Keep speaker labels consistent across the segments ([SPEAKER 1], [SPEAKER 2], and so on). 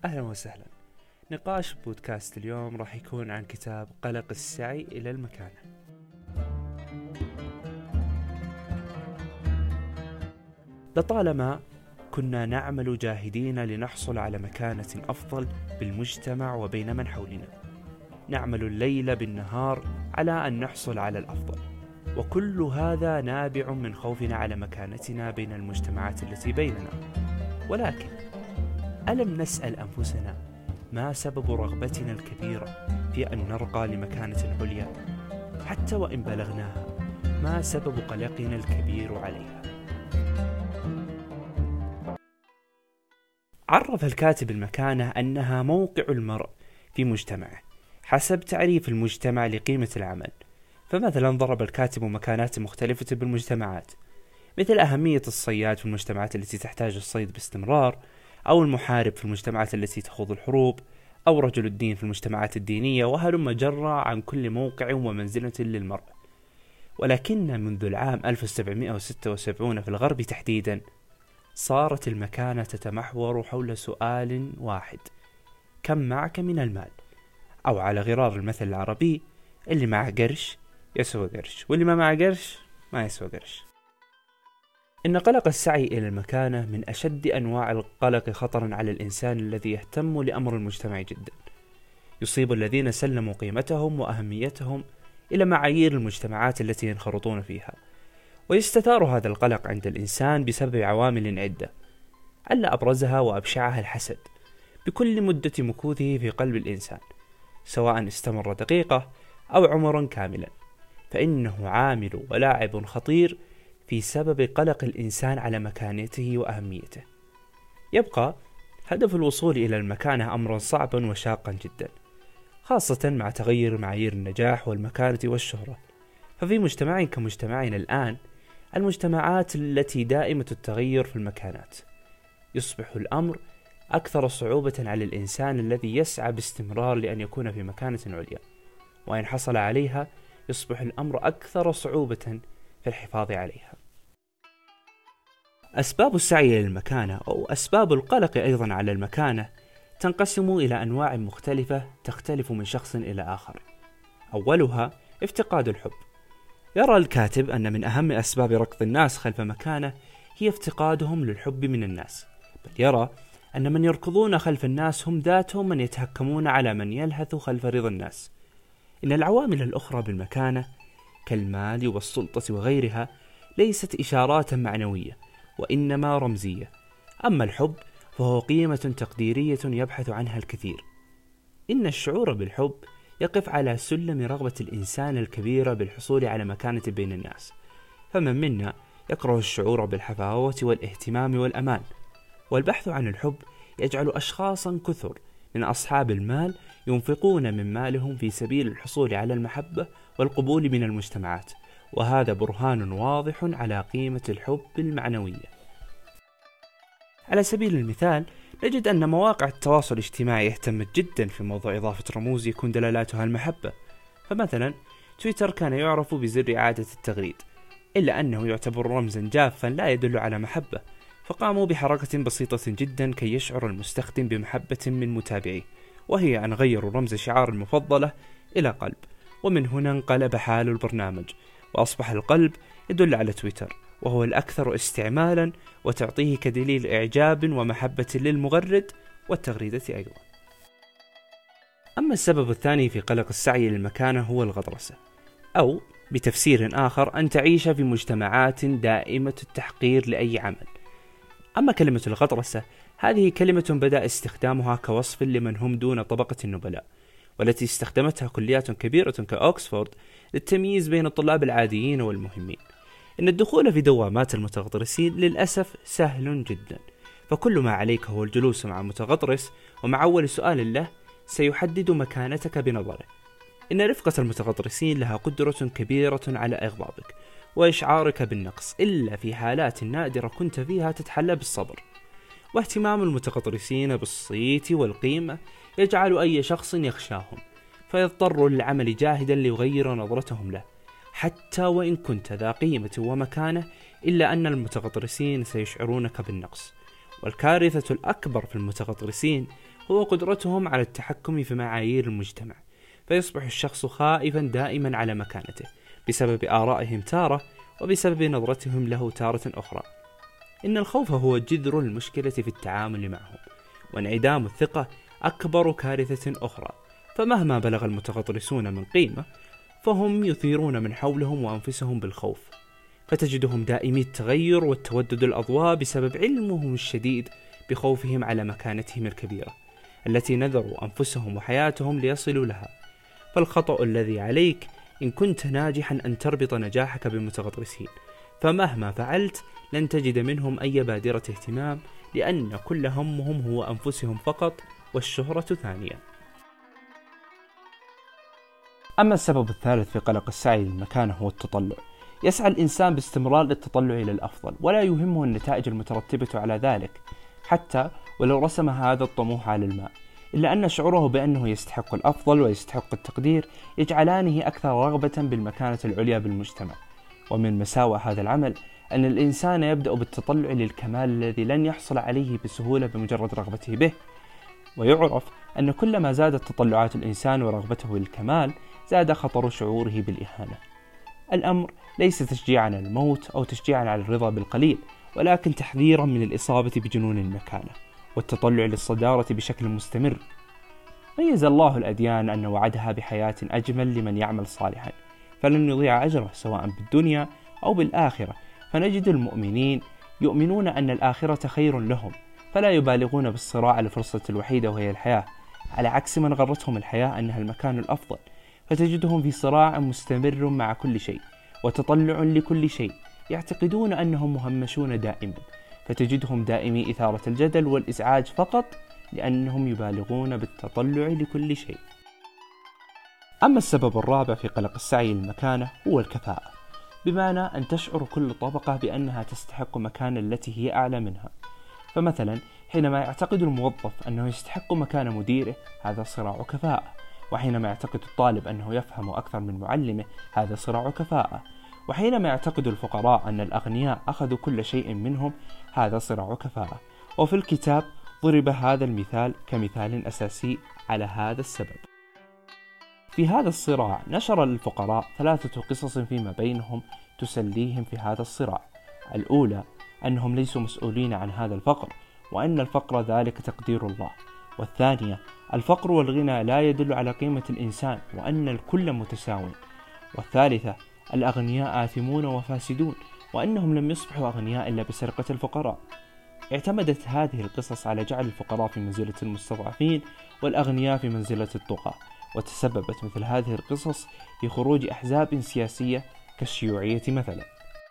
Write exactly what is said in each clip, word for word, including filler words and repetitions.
[SPEAKER 1] أهلا وسهلا. نقاش بودكاست اليوم راح يكون عن كتاب قلق السعي إلى المكانة. لطالما كنا نعمل جاهدين لنحصل على مكانة أفضل بالمجتمع وبين من حولنا، نعمل الليل بالنهار على أن نحصل على الأفضل، وكل هذا نابع من خوفنا على مكانتنا بين المجتمعات التي بيننا. ولكن ألم نسأل أنفسنا ما سبب رغبتنا الكبيرة في أن نرقى لمكانة عليا؟ حتى وإن بلغناها، ما سبب قلقنا الكبير عليها؟ عرف الكاتب المكانة أنها موقع المرء في مجتمعه حسب تعريف المجتمع لقيمة العمل. فمثلا ضرب الكاتب مكانات مختلفة بالمجتمعات، مثل أهمية الصياد في المجتمعات التي تحتاج الصيد باستمرار، أو المحارب في المجتمعات التي تخوض الحروب، أو رجل الدين في المجتمعات الدينية، وهلم جرى عن كل موقع ومنزلة للمرء. ولكن منذ العام ألف وسبعمائة وستة وسبعين في الغرب تحديدا، صارت المكانة تتمحور حول سؤال واحد: كم معك من المال؟ أو على غرار المثل العربي: اللي معه قرش يسوى قرش، واللي ما معه قرش ما يسوى قرش. إن قلق السعي إلى المكانة من أشد أنواع القلق خطرا على الإنسان الذي يهتم لأمر المجتمع جدا. يصيب الذين سلموا قيمتهم وأهميتهم إلى معايير المجتمعات التي ينخرطون فيها، ويستثار هذا القلق عند الإنسان بسبب عوامل عدة، على أبرزها وأبشعها الحسد بكل مدة مكوثه في قلب الإنسان، سواء استمر دقيقة أو عمرا كاملا، فإنه عامل ولاعب خطير في سبب قلق الإنسان على مكانته وأهميته. يبقى هدف الوصول إلى المكانة أمرا صعبا وشاقا جدا، خاصة مع تغير معايير النجاح والمكانة والشهرة. ففي مجتمع كمجتمعنا الآن، المجتمعات التي دائمة التغير في المكانات، يصبح الأمر أكثر صعوبة على الإنسان الذي يسعى باستمرار لأن يكون في مكانة عليا، وإن حصل عليها يصبح الأمر أكثر صعوبة في الحفاظ عليها. أسباب السعي للمكانة أو أسباب القلق أيضا على المكانة تنقسم إلى أنواع مختلفة تختلف من شخص إلى آخر. أولها افتقاد الحب. يرى الكاتب أن من أهم أسباب ركض الناس خلف مكانة هي افتقادهم للحب من الناس، بل يرى أن من يركضون خلف الناس هم ذاتهم من يتهكمون على من يلهث خلف رضا الناس. إن العوامل الأخرى بالمكانة كالمال والسلطة وغيرها ليست إشارات معنوية، وإنما رمزية. أما الحب فهو قيمة تقديرية يبحث عنها الكثير. إن الشعور بالحب يقف على سلم رغبة الإنسان الكبيرة بالحصول على مكانة بين الناس، فمن منا يكره الشعور بالحفاوة والاهتمام والأمان. والبحث عن الحب يجعل أشخاصا كثر من أصحاب المال ينفقون من مالهم في سبيل الحصول على المحبة والقبول من المجتمعات، وهذا برهان واضح على قيمة الحب المعنوية. على سبيل المثال، نجد أن مواقع التواصل الاجتماعي اهتمت جدا في موضوع إضافة رموز يكون دلالاتها المحبة. فمثلا تويتر كان يعرف بزر إعادة التغريد، إلا أنه يعتبر رمزا جافا لا يدل على محبة، فقاموا بحركة بسيطة جدا كي يشعر المستخدم بمحبة من متابعيه، وهي أن غيروا رمز شعار المفضلة إلى قلب، ومن هنا انقلب حال البرنامج، وأصبح القلب يدل على تويتر، وهو الأكثر استعمالا وتعطيه كدليل إعجاب ومحبة للمغرد والتغريدة أيضا. أما السبب الثاني في قلق السعي للمكانة هو الغطرسة، أو بتفسير آخر أن تعيش في مجتمعات دائمة التحقير لأي عمل. أما كلمة الغطرسة هذه كلمة بدأ استخدامها كوصف لمن هم دون طبقة النبلاء، والتي استخدمتها كليات كبيرة كأوكسفورد للتمييز بين الطلاب العاديين والمهمين. إن الدخول في دوامات المتغطرسين للأسف سهل جدا، فكل ما عليك هو الجلوس مع متغطرس، ومع أول سؤال له سيحدد مكانتك بنظره. إن رفقة المتغطرسين لها قدرة كبيرة على إغضابك وإشعارك بالنقص، إلا في حالات نادرة كنت فيها تتحلى بالصبر. واهتمام المتغطرسين بالصيت والقيمة يجعل أي شخص يخشاهم، فيضطر للعمل جاهدا ليغير نظرتهم له، حتى وإن كنت ذا قيمة ومكانة، إلا أن المتغطرسين سيشعرونك بالنقص. والكارثة الأكبر في المتغطرسين هو قدرتهم على التحكم في معايير المجتمع، فيصبح الشخص خائفا دائما على مكانته بسبب آرائهم تارة وبسبب نظرتهم له تارة أخرى. إن الخوف هو جذر المشكلة في التعامل معهم، وانعدام الثقة أكبر كارثة أخرى. فمهما بلغ المتغطرسون من قيمة فهم يثيرون من حولهم وأنفسهم بالخوف، فتجدهم دائمي التغير والتودد الأضواء بسبب علمهم الشديد بخوفهم على مكانتهم الكبيرة التي نذروا أنفسهم وحياتهم ليصلوا لها. فالخطأ الذي عليك إن كنت ناجحا أن تربط نجاحك بالمتغطرسين، فمهما فعلت لن تجد منهم أي بادرة اهتمام، لأن كل همهم هو أنفسهم فقط والشهرة ثانيا. أما السبب الثالث في قلق السعي للمكانة هو التطلع. يسعى الإنسان باستمرار للتطلع إلى الأفضل، ولا يهمه النتائج المترتبة على ذلك حتى ولو رسم هذا الطموح على الماء، إلا أن شعوره بأنه يستحق الأفضل ويستحق التقدير يجعلانه أكثر رغبة بالمكانة العليا بالمجتمع. ومن مساوئ هذا العمل أن الإنسان يبدأ بالتطلع للكمال الذي لن يحصل عليه بسهولة بمجرد رغبته به. ويعرف أن كلما زادت تطلعات الإنسان ورغبته للكمال زاد خطر شعوره بالإهانة. الأمر ليس تشجيعا على الموت أو تشجيعا على الرضا بالقليل، ولكن تحذيرا من الإصابة بجنون المكانة والتطلع للصدارة بشكل مستمر. ميز الله الأديان أن وعدها بحياة أجمل لمن يعمل صالحا، فلن يضيع أجره سواء بالدنيا أو بالآخرة. فنجد المؤمنين يؤمنون أن الآخرة خير لهم، فلا يبالغون بالصراع على الفرصة الوحيدة وهي الحياة، على عكس من غرتهم الحياة أنها المكان الأفضل، فتجدهم في صراع مستمر مع كل شيء وتطلع لكل شيء، يعتقدون أنهم مهمشون دائما، فتجدهم دائمي إثارة الجدل والإزعاج فقط لأنهم يبالغون بالتطلع لكل شيء. أما السبب الرابع في قلق السعي للمكانة هو الكفاءة، بمعنى أن تشعر كل طبقة بأنها تستحق مكان التي هي أعلى منها. فمثلا حينما يعتقد الموظف أنه يستحق مكان مديره هذا صراع كفاءة، وحينما يعتقد الطالب أنه يفهم أكثر من معلمه هذا صراع كفاءة، وحينما يعتقد الفقراء أن الأغنياء أخذوا كل شيء منهم هذا صراع كفاءة. وفي الكتاب ضرب هذا المثال كمثال أساسي على هذا السبب. في هذا الصراع نشر الفقراء ثلاثة قصص فيما بينهم تسليهم في هذا الصراع. الأولى أنهم ليسوا مسؤولين عن هذا الفقر، وأن الفقر ذلك تقدير الله. والثانية الفقر والغنى لا يدل على قيمة الإنسان، وأن الكل متساو. والثالثة الأغنياء آثمون وفاسدون، وأنهم لم يصبحوا أغنياء إلا بسرقة الفقراء. اعتمدت هذه القصص على جعل الفقراء في منزلة المستضعفين والأغنياء في منزلة الطغاة، وتسببت مثل هذه القصص في خروج أحزاب سياسية كالشيوعية مثلا.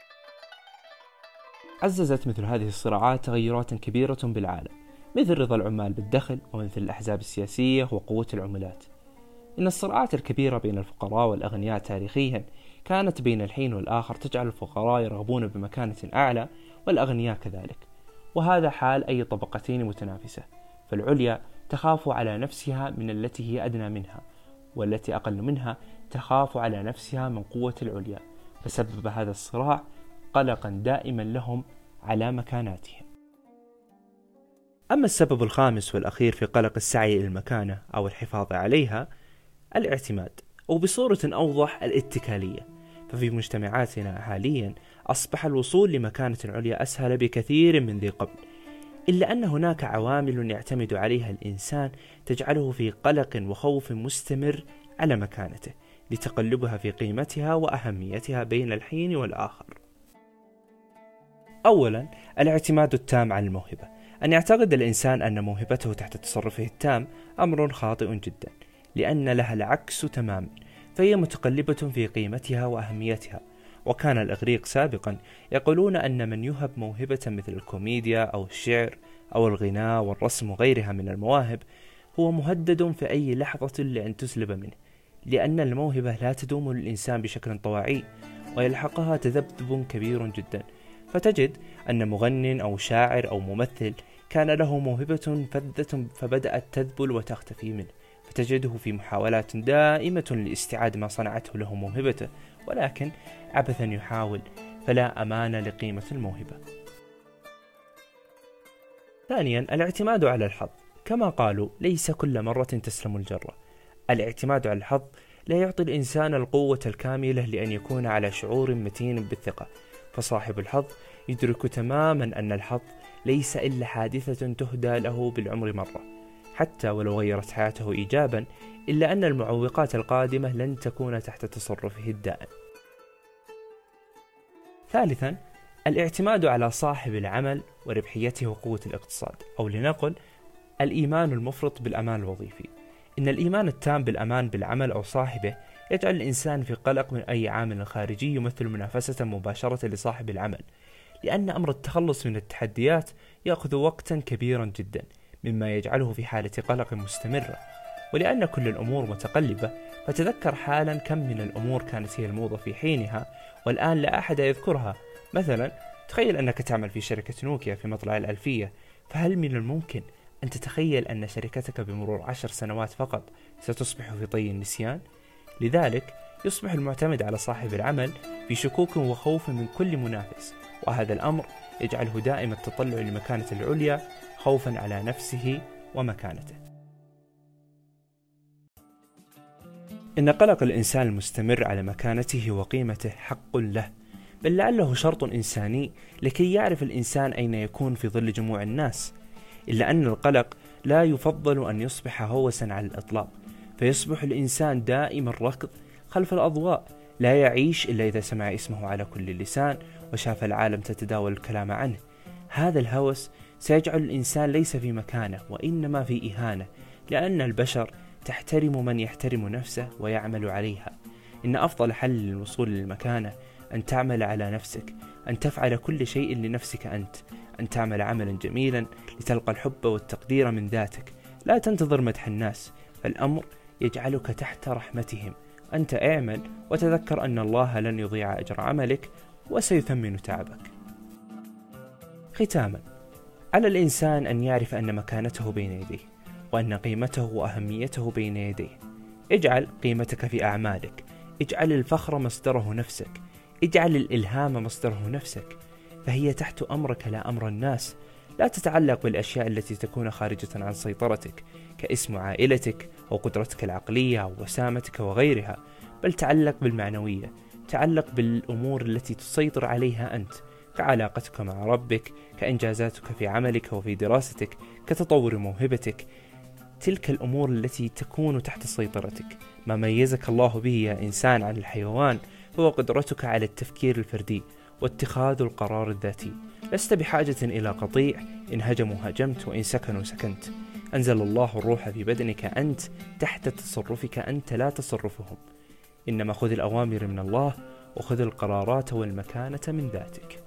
[SPEAKER 1] عززت مثل هذه الصراعات تغيرات كبيرة بالعالم، مثل رضا العمال بالدخل، ومثل الأحزاب السياسية وقوة العملات. إن الصراعات الكبيرة بين الفقراء والأغنياء تاريخيا كانت بين الحين والآخر تجعل الفقراء يرغبون بمكانة أعلى والأغنياء كذلك، وهذا حال أي طبقتين متنافسة، فالعليا تخاف على نفسها من التي هي أدنى منها، والتي أقل منها تخاف على نفسها من قوة العليا، فسبب هذا الصراع قلقا دائما لهم على مكاناتهم. أما السبب الخامس والأخير في قلق السعي إلى المكانة أو الحفاظ عليها الاعتماد، أو بصورة أوضح الاتكالية. ففي مجتمعاتنا حاليا أصبح الوصول لمكانة عليا أسهل بكثير من ذي قبل، إلا أن هناك عوامل يعتمد عليها الإنسان تجعله في قلق وخوف مستمر على مكانته لتقلبها في قيمتها وأهميتها بين الحين والآخر. أولا الاعتماد التام على الموهبة. أن يعتقد الإنسان أن موهبته تحت تصرفه التام أمر خاطئ جدا، لأن لها العكس تماما، فهي متقلبة في قيمتها وأهميتها. وكان الإغريق سابقا يقولون أن من يهب موهبة مثل الكوميديا أو الشعر أو الغناء والرسم وغيرها من المواهب هو مهدد في أي لحظة لأن تسلب منه، لأن الموهبة لا تدوم للإنسان بشكل طواعي ويلحقها تذبذب كبير جدا. فتجد أن مغن أو شاعر أو ممثل كان له موهبة فذة فبدأت تذبل وتختفي منه، فتجده في محاولات دائمة لاستعادة ما صنعته له موهبته، ولكن عبثا يحاول، فلا أمان لقيمة الموهبة. ثانيا الاعتماد على الحظ. كما قالوا: ليس كل مرة تسلم الجرة. الاعتماد على الحظ لا يعطي الإنسان القوة الكاملة لأن يكون على شعور متين بالثقة، فصاحب الحظ يدرك تماما أن الحظ ليس إلا حادثة تهدى له بالعمر مرة، حتى ولو غيرت حياته إيجابا، إلا أن المعوقات القادمة لن تكون تحت تصرفه الدائم. ثالثا، الاعتماد على صاحب العمل وربحيته وقوة الاقتصاد، أو لنقل الإيمان المفرط بالأمان الوظيفي. إن الإيمان التام بالأمان بالعمل أو صاحبه يجعل الإنسان في قلق من أي عامل خارجي يمثل منافسة مباشرة لصاحب العمل، لأن أمر التخلص من التحديات يأخذ وقتا كبيرا جدا، مما يجعله في حالة قلق مستمرة. ولأن كل الأمور متقلبة، فتذكر حالا كم من الأمور كانت هي الموضة في حينها والآن لا أحد يذكرها. مثلا تخيل أنك تعمل في شركة نوكيا في مطلع الألفية، فهل من الممكن أن تتخيل أن شركتك بمرور عشر سنوات فقط ستصبح في طي النسيان؟ لذلك يصبح المعتمد على صاحب العمل في شكوك وخوف من كل منافس، وهذا الأمر يجعله دائما التطلع لمكانة العليا خوفا على نفسه ومكانته. إن قلق الإنسان المستمر على مكانته وقيمته حق له، بل لعله شرط إنساني لكي يعرف الإنسان أين يكون في ظل جموع الناس. إلا أن القلق لا يفضل أن يصبح هوسا على الإطلاق، فيصبح الإنسان دائما ركض خلف الأضواء، لا يعيش إلا إذا سمع اسمه على كل لسان وشاف العالم تتداول الكلام عنه. هذا الهوس سيجعل الإنسان ليس في مكانه وإنما في إهانة، لأن البشر تحترم من يحترم نفسه ويعمل عليها. إن أفضل حل للوصول للمكانة أن تعمل على نفسك، أن تفعل كل شيء لنفسك أنت، أن تعمل عملا جميلا لتلقى الحب والتقدير من ذاتك، لا تنتظر مدح الناس، فالأمر يجعلك تحت رحمتهم. أنت اعمل وتذكر أن الله لن يضيع أجر عملك وسيثمن تعبك. ختاما، على الإنسان أن يعرف أن مكانته بين يديه، وأن قيمته وأهميته بين يديه. اجعل قيمتك في أعمالك، اجعل الفخر مصدره نفسك، اجعل الإلهام مصدره نفسك، فهي تحت أمرك لا أمر الناس. لا تتعلق بالأشياء التي تكون خارجة عن سيطرتك كاسم عائلتك أو قدرتك العقلية أو وسامتك وغيرها، بل تعلق بالمعنوية، تعلق بالأمور التي تسيطر عليها أنت، كعلاقتك مع ربك، كإنجازاتك في عملك وفي دراستك، كتطور موهبتك. تلك الأمور التي تكون تحت سيطرتك. ما ميزك الله به يا إنسان عن الحيوان هو قدرتك على التفكير الفردي واتخاذ القرار الذاتي. لست بحاجة إلى قطيع، إن هجموا هجمت وإن سكنوا سكنت. أنزل الله الروح في بدنك أنت تحت تصرفك أنت لا تصرفهم. إنما خذ الأوامر من الله وخذ القرارات والمكانة من ذاتك.